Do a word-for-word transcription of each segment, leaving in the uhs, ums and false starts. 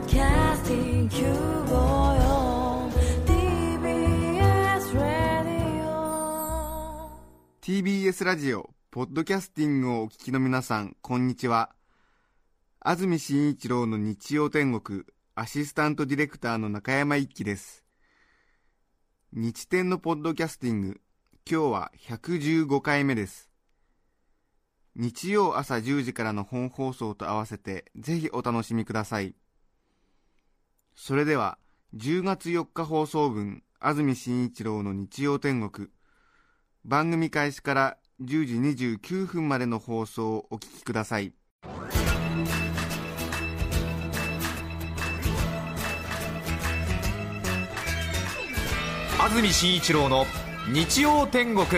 Broadcasting Cuboティービーエス Radio ティービーエス ラジオポッドキャスティングをお聞きの皆さん、こんにちは。安住紳一郎の日曜天国アシスタントディレクターの中山一輝です。日天のポッドキャスティング、今日はひゃくじゅうごかいめです。日曜朝じゅうじからの本放送と合わせてぜひお楽しみください。それではじゅうがつよっか放送分、安住紳一郎の日曜天国、番組開始からじゅうじにじゅうきゅうふんまでの放送をお聞きください。 安住紳一郎の日曜天国。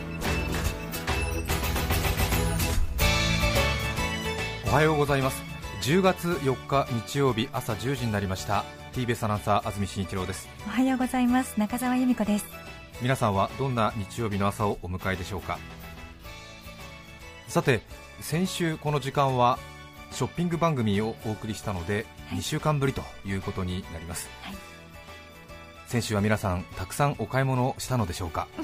おはようございます。じゅうがつよっか日曜日朝じゅうじになりました。 ティービーエス アナウンサー安住紳一郎です。 おはようございます。中澤由美子です。 皆さんはどんな日曜日の朝をお迎えでしょうか。さて、先週この時間はショッピング番組をお送りしたので、はい、にしゅうかんぶりということになります、はい。先週は皆さんたくさんお買い物をしたのでしょうか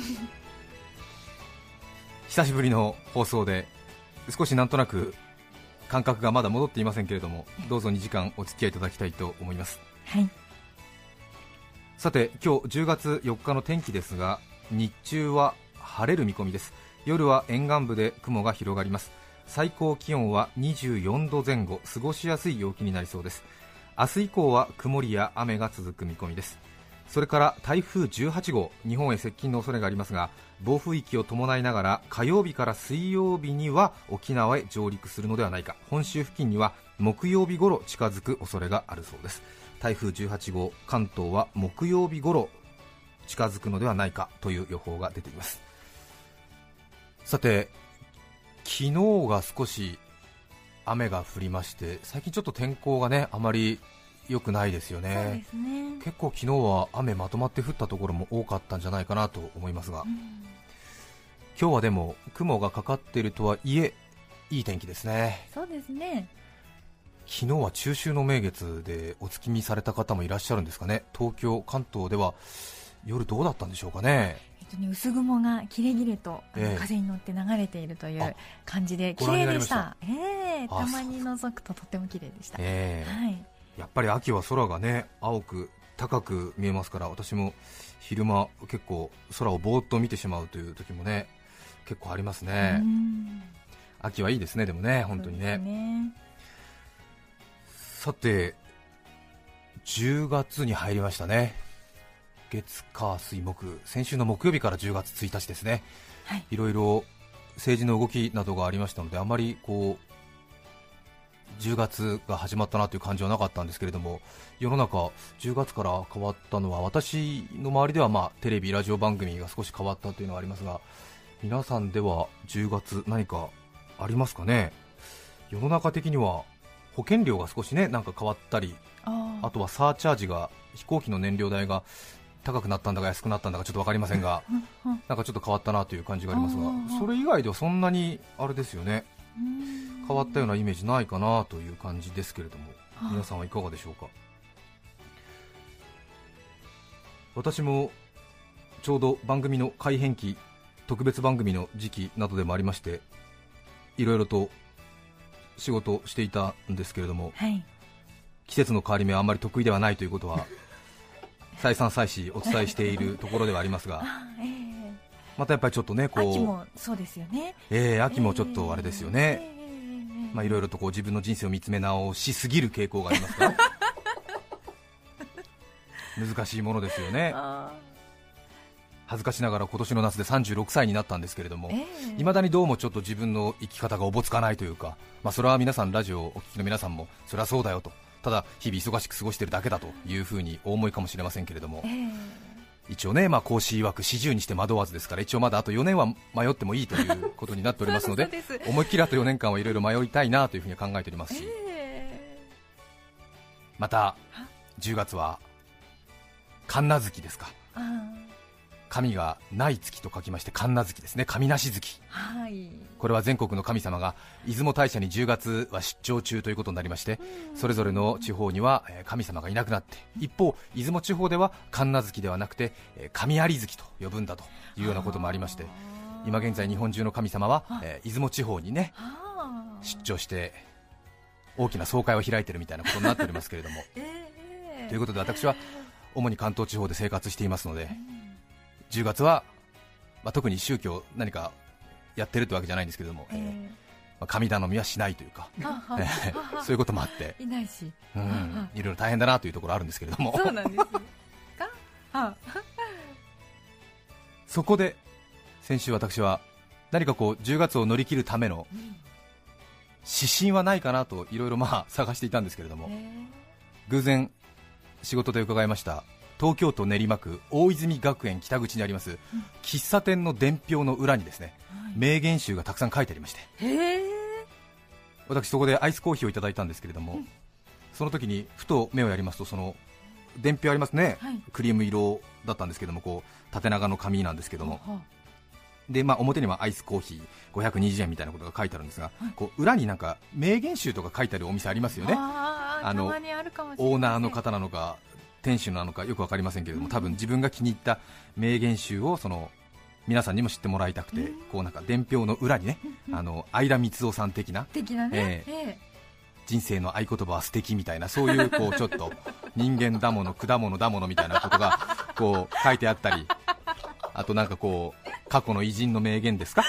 久しぶりの放送で少しなんとなく感覚がまだ戻っていませんけれども、どうぞにじかんお付き合いいただきたいと思います、 はい。 さて、今日じゅうがつよっかの天気ですが、日中は晴れる見込みです。夜は沿岸部で雲が広がります。最高気温はにじゅうよんどぜん後、過ごしやすい陽気になりそうです。明日以降は曇りや雨が続く見込みです。それから台風じゅうはちごう、日本へ接近の恐れがありますが、暴風域を伴いながら火曜日から水曜日には沖縄へ上陸するのではないか、本州付近には木曜日頃近づく恐れがあるそうです。台風じゅうはちごう、関東は木曜日頃近づくのではないかという予報が出ています。さて、昨日が少し雨が降りまして、最近ちょっと天候がね、あまり良くないですよね。 そうですね。 結構昨日は雨まとまって降ったところも多かったんじゃないかなと思いますが、うん、今日はでも雲がかかっているとはいえいい天気ですね。 そうですね。 昨日は中秋の名月でお月見された方もいらっしゃるんですかね。東京、関東では夜どうだったんでしょうかね。 本当に薄雲がキレキレと、えー、風に乗って流れているという感じで綺麗でした。えー、たまに覗くととても綺麗でした、えーはい。 やっぱり秋は空がね、青く高く見えますから、私も昼間結構空をぼーっと見てしまうという時もね、結構ありますね。秋はいいですね。でもね、本当に ね, ねさて、じゅうがつに入りましたね。月火水木、先週の木曜日からじゅうがつついたちですね、はい、いろいろ政治の動きなどがありましたので、あまりこうじゅうがつが始まったなという感じはなかったんですけれども、世の中じゅうがつから変わったのは、私の周りではまあテレビラジオ番組が少し変わったというのがありますが、皆さんではじゅうがつ何かありますかね。世の中的には保険料が少しね、なんか変わったり、 あ, あとはサーチャージが、飛行機の燃料代が高くなったんだか安くなったんだかちょっと分かりませんがなんかちょっと変わったなという感じがありますが、それ以外ではそんなにあれですよね、変わったようなイメージないかなという感じですけれども、皆さんはいかがでしょうか。私もちょうど番組の改編期、特別番組の時期などでもありまして、いろいろと仕事をしていたんですけれども、はい、季節の変わり目はあまり得意ではないということは再三再四お伝えしているところではありますがえー、またやっぱりちょっとね、こう秋もそうですよね、 えー、秋もちょっとあれですよね、えーまあ、いろいろとこう自分の人生を見つめ直しすぎる傾向がありますから難しいものですよね。恥ずかしながら今年の夏でさんじゅうろくさいになったんですけれども、いま、えー、だにどうもちょっと自分の生き方がおぼつかないというか、まあ、それは皆さん、ラジオをお聞きの皆さんもそれはそうだよと、ただ日々忙しく過ごしているだけだというふうにお思いかもしれませんけれども、えー、一応ね、まあ、講師曰く四十にして惑わずですから、一応まだあとよねんは迷ってもいいということになっておりますので思いっきりあとよねんかんはいろいろ迷いたいなというふうに考えておりますし、えー、またじゅうがつは神無月ですか。神神がない月と書きまして神無月ですね、神無し月、 はい、これは全国の神様が出雲大社にじゅうがつは出張中ということになりまして、それぞれの地方には神様がいなくなって、一方出雲地方では神無月ではなくて神有月と呼ぶんだというようなこともありまして、今現在日本中の神様は、えー、出雲地方にね出張して大きな総会を開いているみたいなことになっておりますけれども、えー、ということで私は主に関東地方で生活していますので、じゅうがつは、まあ、特に宗教何かやってるってわけじゃないんですけれども、えーまあ、神頼みはしないというか、えー、そういうこともあっていないし、 うん、いろいろ大変だなというところあるんですけれども、 そうなんですかそこで先週私は何かこうじゅうがつを乗り切るための指針はないかなといろいろまあ探していたんですけれども、偶然仕事で伺いました東京都練馬区大泉学園北口にあります喫茶店の伝票の裏にですね、名言集がたくさん書いてありまして、私そこでアイスコーヒーをいただいたんですけれども、その時にふと目をやりますと、その伝票ありますね、クリーム色だったんですけども、こう縦長の紙なんですけども、で、まあ、表にはアイスコーヒーごひゃくにじゅうえんみたいなことが書いてあるんですが、はい、こう裏になんか名言集とか書いてあるお店ありますよね。 ああのオーナーの方なのか店主なのかよく分かりませんけれども、多分自分が気に入った名言集をその皆さんにも知ってもらいたくて、うん、こうなんか伝票の裏にね、うん、あの相田光夫さん的な、 的なね、 えーえー、人生の合言葉は素敵みたいな、そういうこうちょっと人間だもの果物だものみたいなことがこう書いてあったり、あとなんかこう過去の偉人の名言ですか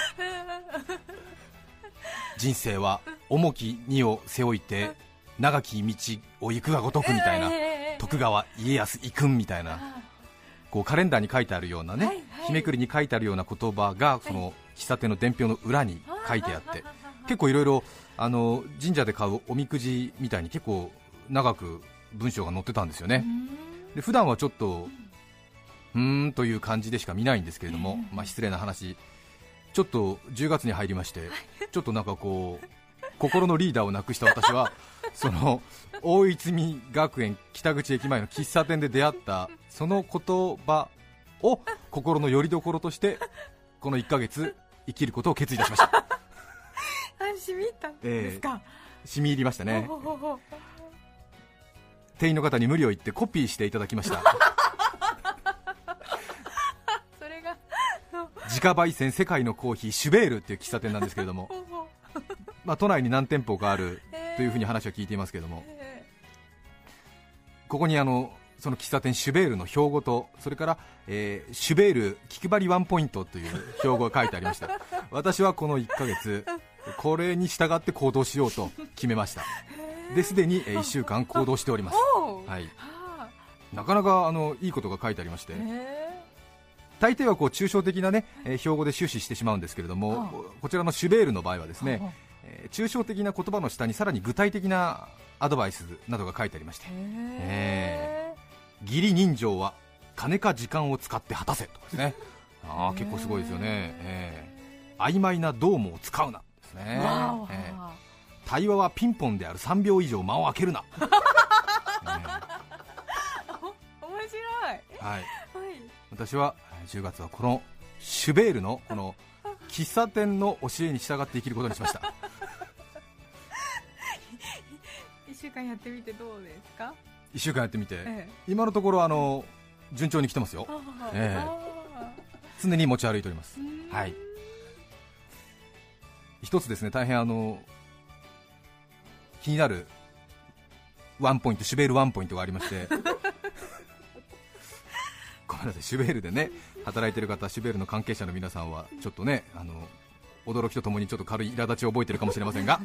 人生は重き荷を背負いて長き道を行くがごとくみたいな、徳川家康行くんみたいな、こうカレンダーに書いてあるようなね、はいはい、日めくりに書いてあるような言葉がその喫茶店の伝票の裏に書いてあって、結構いろいろあの神社で買うおみくじみたいに結構長く文章が載ってたんですよね。で普段はちょっとうーんという感じでしか見ないんですけれども、まあ、失礼な話、ちょっとじゅうがつに入りまして、ちょっとなんかこう心のリーダーをなくした私はその大泉学園北口駅前の喫茶店で出会ったその言葉を心の拠り所としてこのいっかげつ生きることを決意いたしました。 あ、染み入ったんですか、 えー、染み入りましたね。ほほほ、店員の方に無理を言ってコピーしていただきました自家焙煎世界のコーヒーシュベールっていう喫茶店なんですけれどもまあ都内に何店舗かあるというふうに話は聞いていますけれども、ここにあのその喫茶店シュベールの標語と、それから、えー、シュベール気配りワンポイントという標語が書いてありました私はこのいっかげつこれに従って行動しようと決めました。ですでにいっしゅうかん行動しております、はい、なかなかあのいいことが書いてありまして、大抵はこう抽象的な、ね、えー、標語で終始してしまうんですけれども、こちらのシュベールの場合はですね、えー、抽象的な言葉の下にさらに具体的なアドバイスなどが書いてありまして、えー、義理人情は金か時間を使って果たせとかですね。あ、結構すごいですよね、えー、曖昧などうもを使うなですね、えー、対話はピンポンであるさんびょう以上間を空けるな、えー、面白い、 はい、私はじゅうがつはこのシュベールのこの喫茶店の教えに従って生きることにしましたいっしゅうかんやってみてどうですか。 いっしゅうかんやってみて、ええ、今のところあの順調に来てますよ、ええ、常に持ち歩いております。はい、一つですね、大変あの気になるワンポイント、シュベールワンポイントがありましてごめんなさい、シュベールでね働いている方、シュベールの関係者の皆さんはちょっとね、あの驚きとともにちょっと軽い苛立ちを覚えているかもしれませんが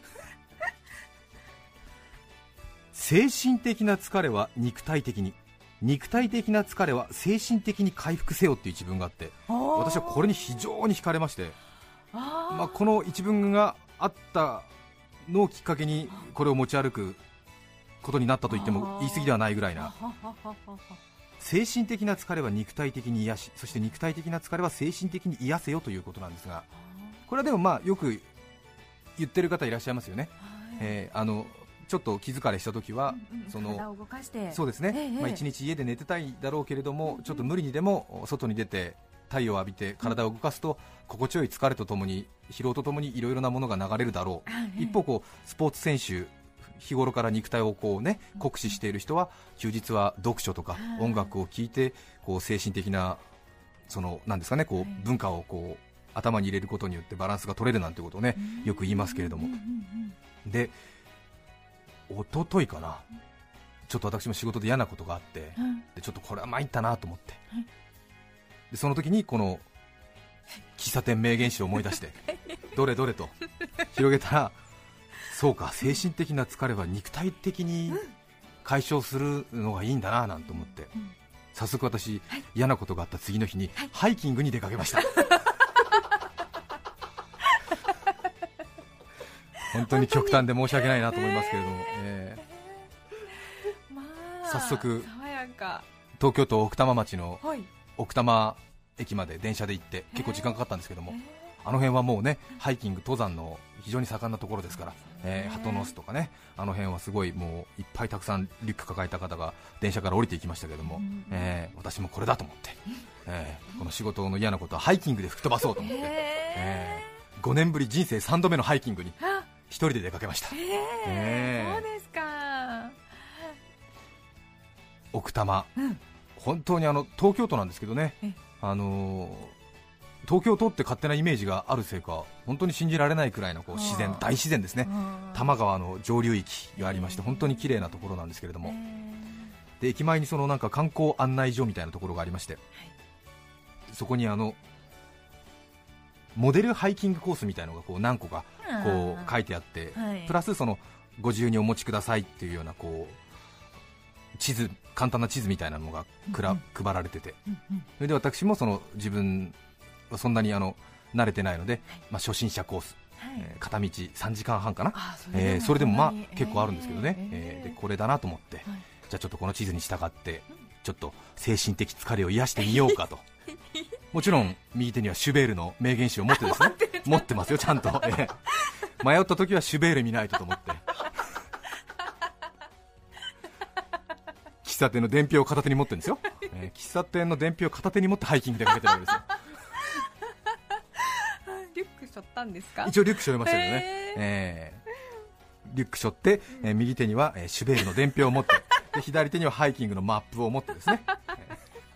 精神的な疲れは肉体的に、肉体的な疲れは精神的に回復せよっていう一文があって、私はこれに非常に惹かれまして、あ、まあ、この一文があったのをきっかけにこれを持ち歩くことになったと言っても言い過ぎではないぐらいな。精神的な疲れは肉体的に癒し、そして肉体的な疲れは精神的に癒せよということなんですが、これはでもまあよく言ってる方いらっしゃいますよね、えー、あのちょっと気疲れしたときは、 うんうん、 その体を動かしてそうですね、 ええまあ、一日家で寝てたいだろうけれども、うん、ちょっと無理にでも外に出て太陽を浴びて体を動かすと、うん、心地よい疲れとともに疲労とともにいろいろなものが流れるだろう、ええ、一方こうスポーツ選手日頃から肉体をこう、ね、酷使している人は休日は読書とか音楽を聴いてこう精神的なそのなんですかね、こう文化をこう頭に入れることによってバランスが取れるなんてことをねよく言いますけれども、で一昨日かな、ちょっと私も仕事で嫌なことがあって、でちょっとこれは参ったなと思って、でその時にこの喫茶店名言集を思い出してどれどれと広げたら、そうか、精神的な疲れは肉体的に解消するのがいいんだななんて思って、早速私、はい、嫌なことがあった次の日に、はい、ハイキングに出かけました本当に極端で申し訳ないなと思いますけれども、えーまあ、早速爽やか東京都奥多摩町の奥多摩駅まで電車で行って結構時間かかったんですけども、あの辺はもうねハイキング登山の非常に盛んなところですから、えー、鳩ノ巣とかね、あの辺はすごいもういっぱいたくさんリュック抱えた方が電車から降りていきましたけども、うん、えー、私もこれだと思って、えー、この仕事の嫌なことはハイキングで吹き飛ばそうと思って、えー、ごねんぶり人生さんどめのハイキングに一人で出かけました。 えー、そうですか。 奥多摩、うん、本当にあの東京都なんですけどね、あのー東京都って勝手なイメージがあるせいか本当に信じられないくらいのこう自然、大自然ですね。多摩川の上流域がありまして本当に綺麗なところなんですけれども、で駅前にそのなんか観光案内所みたいなところがありまして、そこにあのモデルハイキングコースみたいなのがこう何個かこう書いてあって、プラスそのご自由にお持ちくださいっていうようなこう地図、簡単な地図みたいなのがくら配られてて、それで私もその自分そんなにあの慣れてないので、まあ、初心者コース、はい、えー、片道さんじかんはんかな、それでも、えー、それでもまあ結構あるんですけどね、えーえー、でこれだなと思って、はい、じゃあちょっとこの地図に従ってちょっと精神的疲れを癒してみようかともちろん右手にはシュベールの名言集を持ってですね持ってますよちゃんと、えー、迷った時はシュベール見ないとと思って喫茶店の伝票を片手に持ってるんですよ、えー、喫茶店の伝票を片手に持ってハイキングでかけてるわけですよ背負ったんですか？ 一応リュック背負いましたけどね、えー、リュック背負って、えー、右手には、えー、シュベールの伝票を持ってで左手にはハイキングのマップを持ってですね、えー、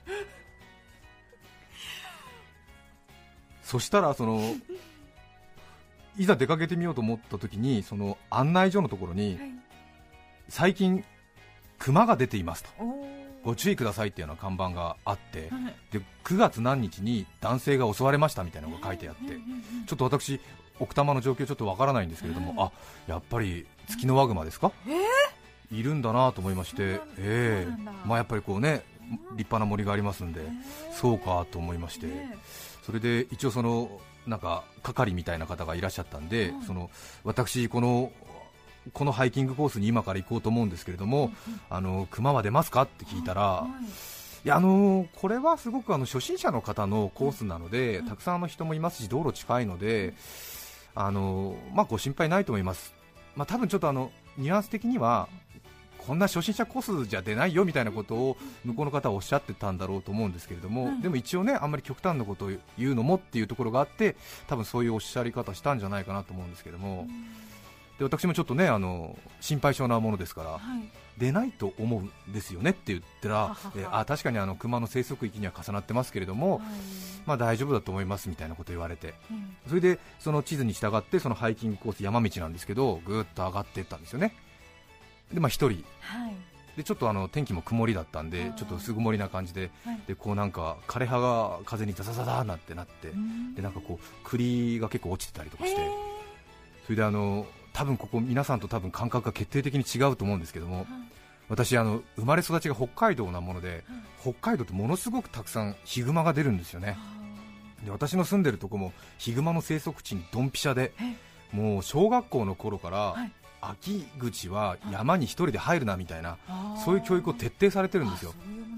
そしたらそのいざ出かけてみようと思った時にその案内所のところに、はい、最近クマが出ていますとご注意くださいっていうような看板があって、はい、でくがつ何日に男性が襲われましたみたいなのが書いてあって、ちょっと私奥多摩の状況ちょっとわからないんですけれども、あ、やっぱりツキノワグマですか、えー、いるんだなと思いまして、えーまあ、やっぱりこうね立派な森がありますんで、そうかと思いまして、それで一応そのなんか係みたいな方がいらっしゃったんで、その私このこのハイキングコースに今から行こうと思うんですけれども、あの熊は出ますかって聞いたら、いやあのこれはすごくあの初心者の方のコースなので、たくさんの人もいますし道路近いので、あの、まあ、ご心配ないと思います、まあ、多分ちょっとあのニュアンス的にはこんな初心者コースじゃ出ないよみたいなことを向こうの方はおっしゃってたんだろうと思うんですけれども、でも一応ねあんまり極端なことを言うのもっていうところがあって、多分そういうおっしゃり方したんじゃないかなと思うんですけれども、で私もちょっとねあの心配性なものですから、はい、出ないと思うんですよねって言ったら、はははえあ確かにあの熊の生息域には重なってますけれども、はい、まあ、大丈夫だと思いますみたいなこと言われて、うん、それでその地図に従ってそのハイキングコース山道なんですけどぐーっと上がっていったんですよね。でまあ一人、はい、でちょっとあの天気も曇りだったんでちょっと薄曇りな感じで、はい、でこうなんか枯葉が風にザザザザーなってなって、うん、でなんかこう栗が結構落ちてたりとかして、それであの多分ここ皆さんと多分感覚が決定的に違うと思うんですけども、はい、私あの生まれ育ちが北海道なもので、はい、北海道ってものすごくたくさんヒグマが出るんですよね。で私の住んでるとこもヒグマの生息地にドンピシャで、もう小学校の頃から、はい、秋口は山に一人で入るなみたいな、そういう教育を徹底されてるんですよ。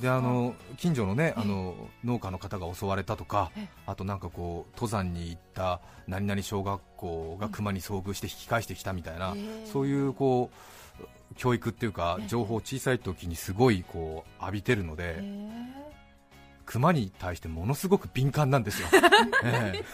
であの近所のね、あの農家の方が襲われたとか、あとなんかこう登山に行った何々小学校が熊に遭遇して引き返してきたみたいな、そういうこう教育っていうか情報を小さい時にすごいこう浴びてるので、熊に対してものすごく敏感なんですよ、ええ、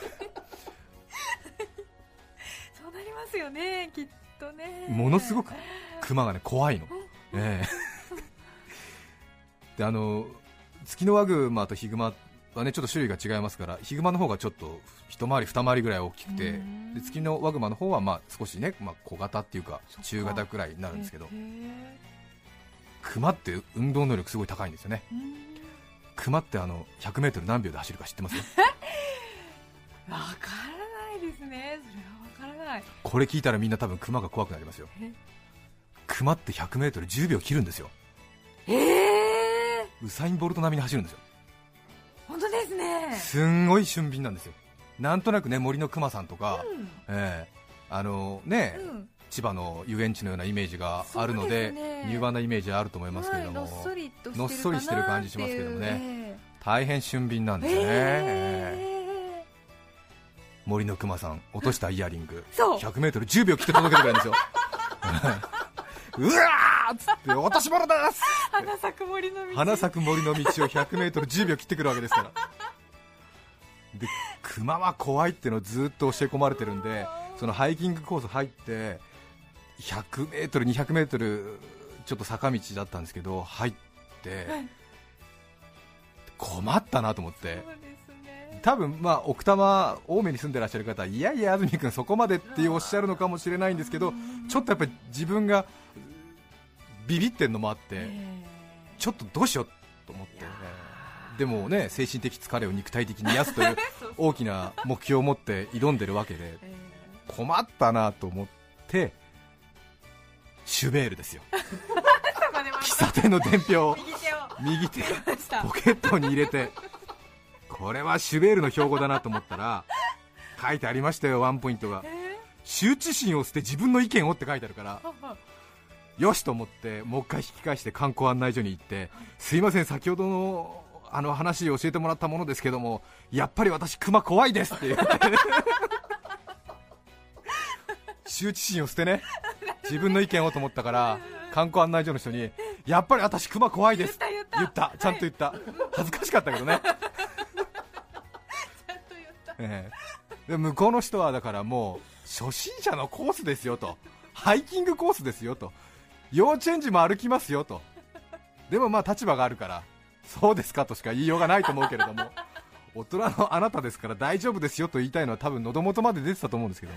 そうなりますよね、きっとね。 ものすごく熊がね怖いの、ええであのツキノワグマとヒグマはねちょっと種類が違いますから、ヒグマの方がちょっと一回り二回りぐらい大きくて、でツキノワグマの方はまあ少しね、まあ、小型っていうか中型くらいになるんですけど、熊って運動能力すごい高いんですよね。熊ってあの ひゃくメートル 何秒で走るか知ってます？わからないですね、それはわからない。 これ聞いたらみんな多分熊が怖くなりますよ。熊って ひゃくメートル じゅうびょう切るんですよ。 えー、 ウサインボルト並みに走るんですよ。 本当ですね。 すんごい俊敏なんですよ。なんとなくね森の熊さんとか、うん、えー、あのね、うん、千葉の遊園地のようなイメージがあるので、ね、柔和なイメージあると思いますけれども、はい、のっそりとしてる感じしますけどもね、大変俊敏なんですよね、えー、森の熊さん落としたイヤリング ひゃくメートル じゅうびょう切って届けてくれるんですようわーっつって落とし物です花咲く森の道花咲く森の道を ひゃくメートル じゅうびょう切ってくるわけですからで熊は怖いっていうのをずっと教え込まれてるんで、そのハイキングコース入ってひゃくメートル にひゃくメートルちょっと坂道だったんですけど入って、はい、困ったなと思って、ね、多分まあ奥多摩青梅に住んでらっしゃる方はいやいや安住君そこまでっておっしゃるのかもしれないんですけど、ちょっとやっぱり自分がビビってんのもあって、ちょっとどうしようと思って、ね、でもね精神的疲れを肉体的に癒すという大きな目標を持って挑んでるわけで困ったなと思って、シュベールですよ喫茶店の伝票を右手ポケットに入れて、これはシュベールの標語だなと思ったら書いてありましたよ、ワンポイントが、羞恥心を捨て自分の意見をって書いてあるからよしと思ってもう一回引き返して観光案内所に行って、すいません先ほどのあの話を教えてもらったものですけどもやっぱり私クマ怖いですって言って羞恥心を捨てね自分の意見をと思ったから観光案内所の人にやっぱり私クマ怖いですって言った、ちゃんと言った、恥ずかしかったけどねちゃんと言った、 ええ、で向こうの人はだからもう初心者のコースですよと、ハイキングコースですよと、幼稚園児も歩きますよと、でもまあ立場があるからそうですかとしか言いようがないと思うけれども大人のあなたですから大丈夫ですよと言いたいのは多分喉元まで出てたと思うんですけど、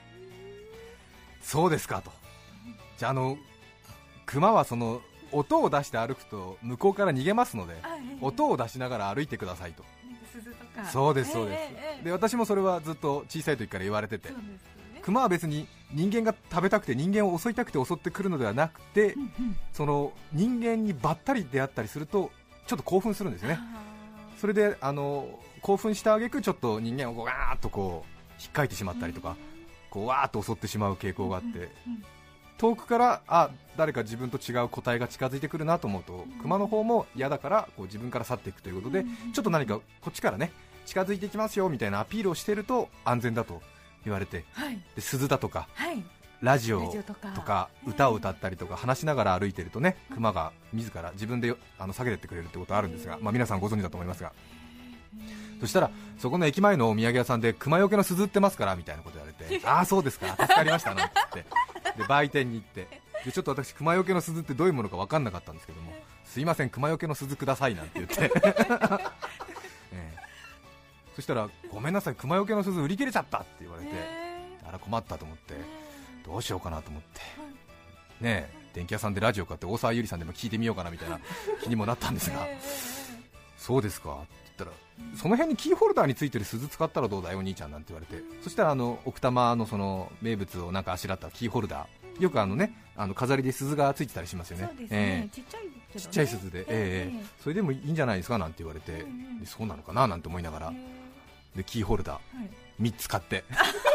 そうですかと、じゃああの熊はその音を出して歩くと向こうから逃げますので、音を出しながら歩いてくださいと。 鈴とかそうですそうです、えー、で私もそれはずっと小さい時から言われてて、ね、熊は別に人間が食べたくて人間を襲いたくて襲ってくるのではなくて、うんうん、その人間にばったり出会ったりするとちょっと興奮するんですよね。それであの興奮した挙句ちょっと人間をこうガーッとこう引っかいてしまったりとか、うん、こうわーっと襲ってしまう傾向があって、うんうん、遠くからあ誰か自分と違う個体が近づいてくるなと思うと、うん、熊の方も嫌だからこう自分から去っていくということで、うん、ちょっと何かこっちからね近づいていきますよみたいなアピールをしていると安全だと言われて、はい、で鈴だとか、はい、ラジオとか歌を歌ったりとか話しながら歩いているとね、熊が自ら自分であの下げてってくれるってことはあるんですが、まあ、皆さんご存知だと思いますが、そしたらそこの駅前のお土産屋さんで熊よけの鈴売ってますからみたいなこと言われてああそうですか助かりましたなんて言ってで売店に行ってでちょっと私熊よけの鈴ってどういうものか分かんなかったんですけども、すいません熊よけの鈴くださいなんて言って、ええ、そしたらごめんなさい熊よけの鈴売り切れちゃったって言われて、あら困ったと思ってどうしようかなと思ってねえ電気屋さんでラジオ買って大沢ゆりさんでも聞いてみようかなみたいな気にもなったんですがそうですかって言ったらその辺にキーホルダーについてる鈴使ったらどうだいお兄ちゃんなんて言われて、そしたらあの奥多摩のその名物をなんかあしらったキーホルダー、よくあのねあの飾りで鈴がついてたりしますよね。 そうですね、えー、ちっちゃいけどね、 ちっちゃい鈴で、えーえー、それでもいいんじゃないですかなんて言われて、でそうなのかななんて思いながらでキーホルダー、はい、みっつ買って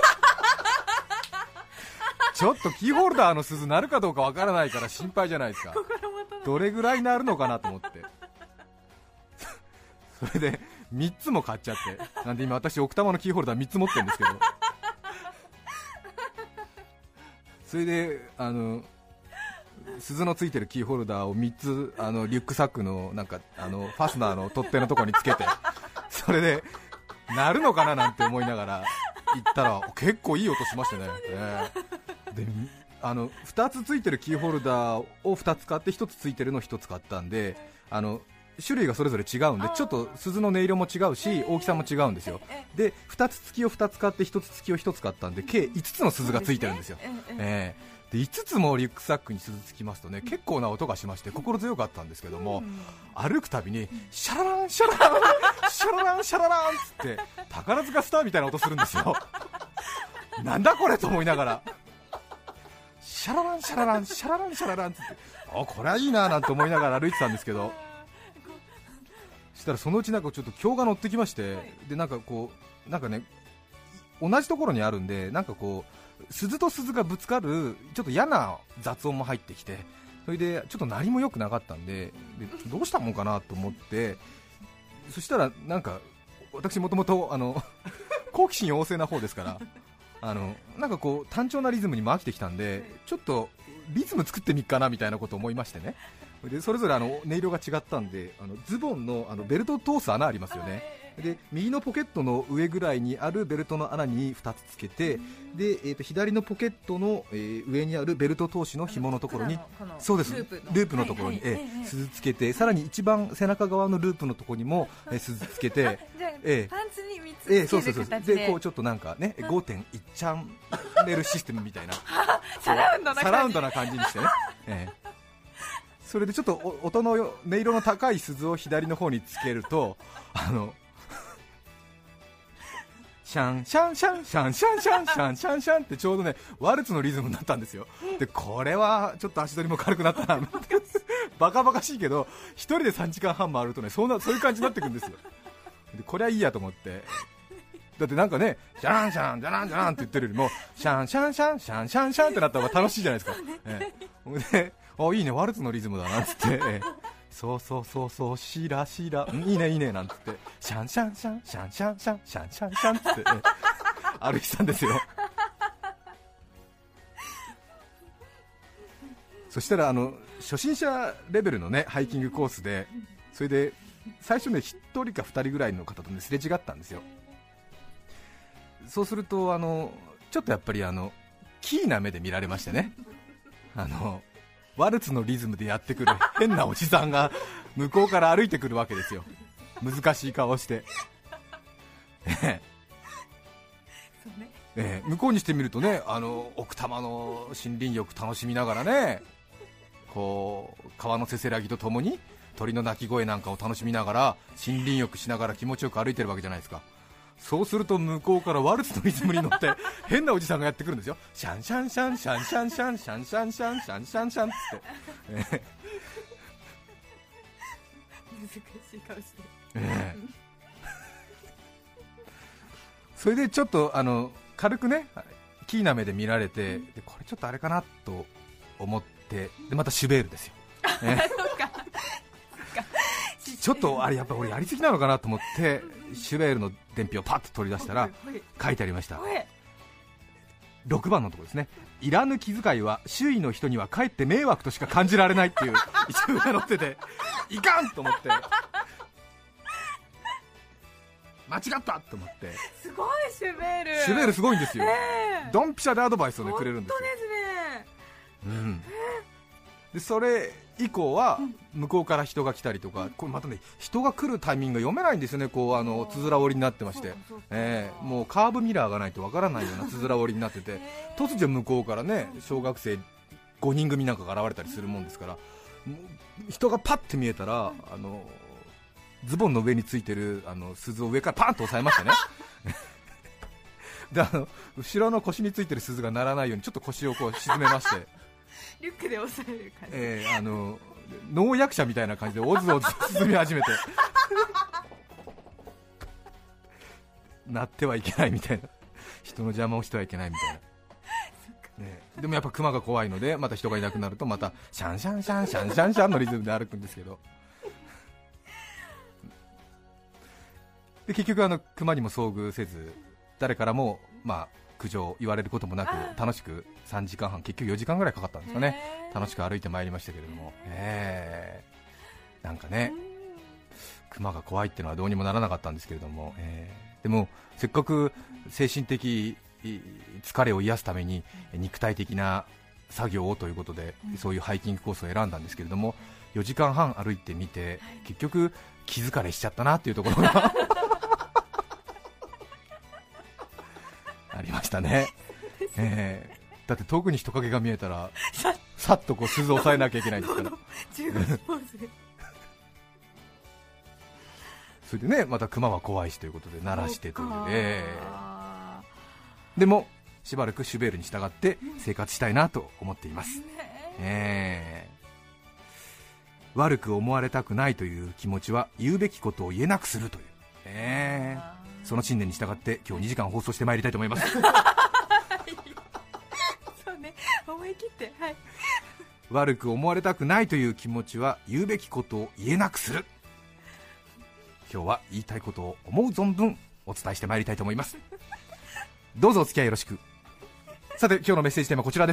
ちょっとキーホルダーの鈴鳴るかどうかわからないから心配じゃないですかどれぐらい鳴るのかなと思ってそれでみっつも買っちゃって、なんで今私奥多摩のキーホルダーみっつ持ってるんですけどそれであの鈴のついてるキーホルダーをみっつあのリュックサックのなんかあのファスナーの取っ手のところにつけて、それで鳴るのかななんて思いながら行ったら結構いい音しましたね。えー、であのふたつついてるキーホルダーをふたつ買ってひとつついてるのをひとつ買ったんで、あの種類がそれぞれ違うんでちょっと鈴の音色も違うし大きさも違うんですよ。でふたつ付きをふたつ買ってひとつ付きをひとつ買ったんで計いつつの鈴がついてるんですよ。えーでいつつもリュックサックに鈴つきますとね、結構な音がしまして心強かったんですけども、歩くたびにシャラランシャラランシャラランシャラランつって宝塚スターみたいな音するんですよなんだこれと思いながらシャラランシャラランシャラランシャラランつってあこれはいいななんて思いながら歩いてたんですけど、そしたらそのうちなんかちょっと興が乗ってきまして、でなんかこうなんかね同じところにあるんでなんかこう鈴と鈴がぶつかるちょっと嫌な雑音も入ってきて、それでちょっと鳴りも良くなかったん で, でどうしたもんかなと思って、そしたらなんか私もともと好奇心旺盛な方ですからあのなんかこう単調なリズムにも飽きてきたんでちょっとリズム作ってみっかなみたいなことを思いましてね、でそれぞれあの音色が違ったんで、あのズボン の, あのベルトを通す穴ありますよね。で右のポケットの上ぐらいにあるベルトの穴にふたつつけて、で、えー、と左のポケットの、えー、上にあるベルト通しの紐のところにそうですループのところに、はいはい、えー、鈴つけて、さらに一番背中側のループのところにも、えー、鈴つけてじゃあ、えー、パンツにみっつつける形で、えー、そうそうそうでこうちょっとなんかね ごてんいち チャンネルシステムみたいなサラウンドな感じサラウンドな感じにしてね、えー、それでちょっと音の音色の高い鈴を左の方につけるとあのシャンシャンシャンシャンシャンシャンシャンシャンシャンってちょうどねワルツのリズムになったんですよ。でこれはちょっと足取りも軽くなったなバカバカしいけど一人でさんじかんはん回るとねそんなそういう感じになってくるんですよ。でこれはいいやと思って、だってなんかねシャンシャンジャランジャランって言ってるよりもシャンシャンシャンシャンシャンシャンってなった方が楽しいじゃないですか。ええ、であいいねワルツのリズムだなっつって、ええ、そうそうそうそうしらしらいいねいいねなんつってシャンシャンシャンシャンシャンシャンシャンシャンシャンつって、ね、歩いてたんですよ。そしたらあの初心者レベルのねハイキングコースで、それで最初ねひとりかふたりぐらいの方とねすれ違ったんですよ。そうするとあのちょっとやっぱりあのキーな目で見られましてね、あのワルツのリズムでやってくる変なおじさんが向こうから歩いてくるわけですよ。難しい顔して、ええ、向こうにしてみるとねあの奥多摩の森林浴楽しみながらねこう川のせせらぎとともに鳥の鳴き声なんかを楽しみながら森林浴しながら気持ちよく歩いてるわけじゃないですか。そうすると向こうからワルツのリズムに乗って変なおじさんがやってくるんですよ。シャンシャンシャンシャンシャンシャンシャンシャンシャンシャンシャンシャンって難しい顔して、 えー、それでちょっとあの軽くねキーな目で見られて、でこれちょっとあれかなと思って、でまたシュベールですよ、えーちょっとあれやっぱ俺やりすぎなのかなと思ってシュベールの伝票をパッと取り出したら書いてありました。ろくばんのところですね。いらぬ気遣いは周囲の人にはかえって迷惑としか感じられないっていう一文が載ってていかんと思って間違ったと思って。 すごいシュベールシュベールすごいんですよ、えー、ドンピシャでアドバイスを、ね、くれるんですよ。 本当ですね、 うん、でそれ以降は向こうから人が来たりとか、これまたね人が来るタイミングが読めないんですよね。こうあのつづら折りになってまして、えー、もうカーブミラーがないとわからないようなつづら折りになってて突如向こうからね小学生ごにん組なんかが現れたりするもんですから、人がパッて見えたらあのズボンの上についてるあの鈴を上からパンと押さえましてねであの後ろの腰についてる鈴が鳴らないようにちょっと腰をこう沈めましてリュックで押さえる感じ、 えー、あの農薬者みたいな感じでおずおず進み始めて鳴ってはいけないみたいな、人の邪魔をしてはいけないみたいな、ね、でもやっぱクマが怖いのでまた人がいなくなるとまたシャンシャンシャンシャンシャンシャンのリズムで歩くんですけどで結局あの熊にも遭遇せず、誰からもまあ苦情言われることもなく、楽しくさんじかんはん、結局よじかんぐらいかかったんですかね、楽しく歩いてまいりましたけれども、えー、なんかね、熊が怖いっていうのはどうにもならなかったんですけれども、えー、でもせっかく精神的疲れを癒すために肉体的な作業をということで、そういうハイキングコースを選んだんですけれども、よじかんはん歩いてみて、結局気疲れしちゃったなっていうところがありましたね、えー、だって遠くに人影が見えたらさっとこう鈴を押さえなきゃいけないんですからそれでね、また熊は怖いしということで鳴らしてという、えー、でもしばらくシュベールに従って生活したいなと思っています、えー、悪く思われたくないという気持ちは言うべきことを言えなくするという、えーその信念に従って今日にじかん放送してまいりたいと思いますそうね、思い切って、はい、 悪く思われたくないという気持ちは言うべきことを言えなくする。今日は言いたいことを思う存分お伝えしてまいりたいと思いますどうぞお付き合いよろしく。さて今日のメッセージテーマはこちらです。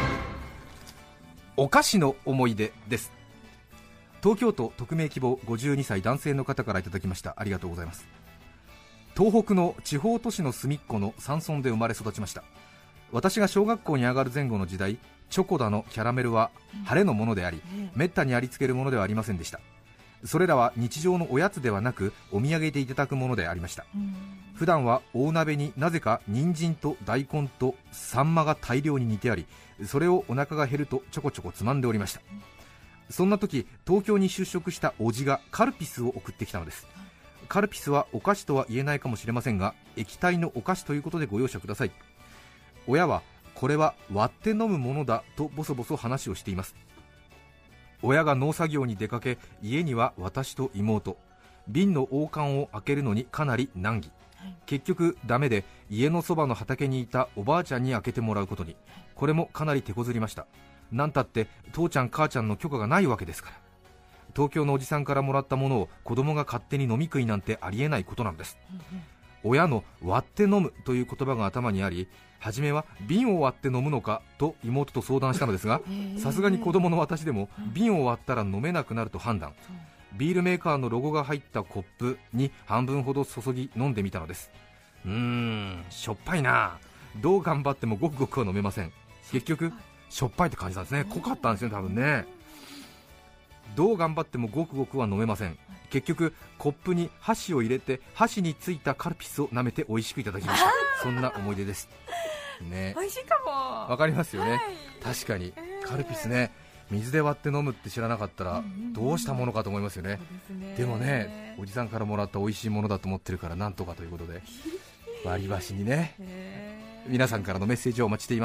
お菓子の思い出です。東京都匿名希望ごじゅうにさい男性の方からいただきました。ありがとうございます。東北の地方都市の隅っこの山村で生まれ育ちました。私が小学校に上がる前後の時代、チョコだのキャラメルは晴れのものであり、めったにありつけるものではありませんでした。それらは日常のおやつではなくお土産でいただくものでありました。普段は大鍋になぜか人参と大根とサンマが大量に煮てあり、それをお腹が減るとちょこちょこつまんでおりました。そんな時、東京に就職した叔父がカルピスを送ってきたのです。カルピスはお菓子とは言えないかもしれませんが、液体のお菓子ということでご容赦ください。親はこれは割って飲むものだとボソボソ話をしています。親が農作業に出かけ、家には私と妹。瓶の王冠を開けるのにかなり難儀、はい、結局ダメで家のそばの畑にいたおばあちゃんに開けてもらうことに。これもかなり手こずりました。なんたって父ちゃん母ちゃんの許可がないわけですから。東京のおじさんからもらったものを子供が勝手に飲み食いなんてありえないことなんです。親の割って飲むという言葉が頭にあり、初めは瓶を割って飲むのかと妹と相談したのですが、さすがに子供の私でも瓶を割ったら飲めなくなると判断。ビールメーカーのロゴが入ったコップに半分ほど注ぎ飲んでみたのです。うーん、しょっぱいな。どう頑張ってもごくごくは飲めません。結局しょっぱいって感じなんですね。濃かったんですね、多分ね。どう頑張ってもごくごくは飲めません。結局コップに箸を入れて、箸についたカルピスを舐めて美味しくいただきました。そんな思い出ですね。 美味しいかも。 わかりますよね、 はい、 確かにカルピスね、水で割って飲むって知らなかったらどうしたものかと思いますよね。 ねでもね、おじさんからもらった美味しいものだと思ってるからなんとかということで割り箸にね。皆さんからのメッセージをお待ちしています。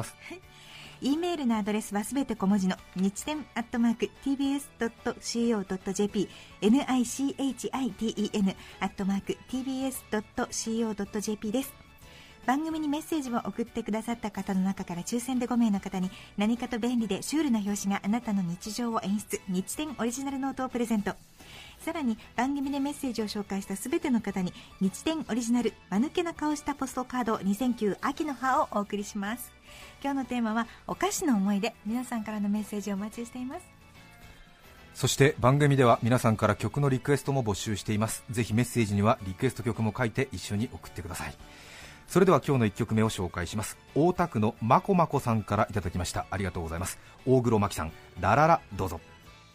E メールのアドレスはすべて小文字の日天アットマーク ティービーエスドットシーオードットジェーピー ニチテン アットマーク ティービーエスドットシーオードットジェーピー です。番組にメッセージを送ってくださった方の中から抽選でごめいの方に、何かと便利でシュールな表紙があなたの日常を演出、日天オリジナルノートをプレゼント。さらに番組でメッセージを紹介したすべての方に、日天オリジナル間抜けな顔したポストカードにせんきゅう秋の葉をお送りします。今日のテーマはお菓子の思い出。皆さんからのメッセージをお待ちしています。 そして番組では皆さんから曲のリクエストも募集しています。ぜひメッセージにはリクエスト曲も書いて一緒に送ってください。それでは今日のいっきょくめを紹介します。大田区のまこまこさんからいただきました。ありがとうございます。大黒摩季さん、ラララ、どうぞ。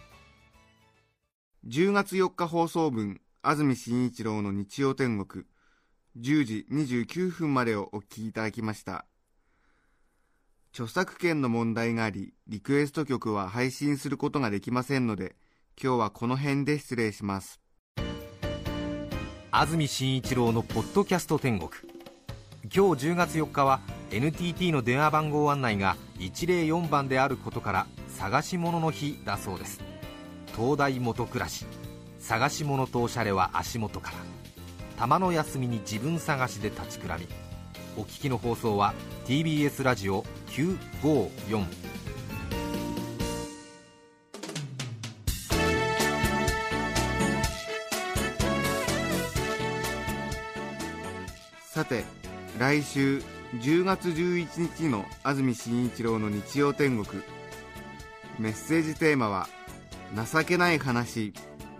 じゅうがつよっか放送分、安住紳一郎の日曜天国、じゅうじにじゅうきゅうふんまでをお聞きいただきました。著作権の問題があり、リクエスト曲は配信することができませんので、今日はこの辺で失礼します。 安住紳一郎のポッドキャスト天国。今日じゅうがつよっかは エヌティーティー の電話番号案内がいちぜろよんばんであることから探し物の日だそうです。東大元暮らし、探し物とおしゃれは足元から。玉の休みに自分探しで立ちくらみ。お聞きの放送は ティービーエス ラジオきゅうごよん。 さて来週じゅうがつじゅういちにちの安住紳一郎の日曜天国、メッセージテーマは情けない話。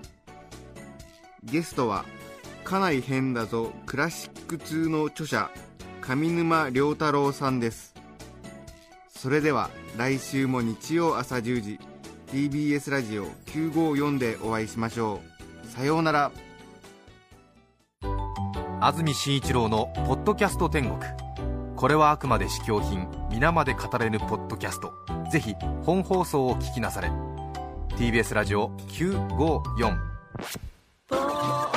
ゲストは家内変だぞクラシック通の著者上沼良太郎さんです。それでは来週も日曜朝じゅうじ ティービーエス ラジオきゅうごよんでお会いしましょう。さようなら。 安住紳一郎のポッドキャスト天国、これはあくまで試供品、皆まで語れぬポッドキャスト。ぜひ本放送を聞きなされ。 ティービーエス ラジオきゅうごよん。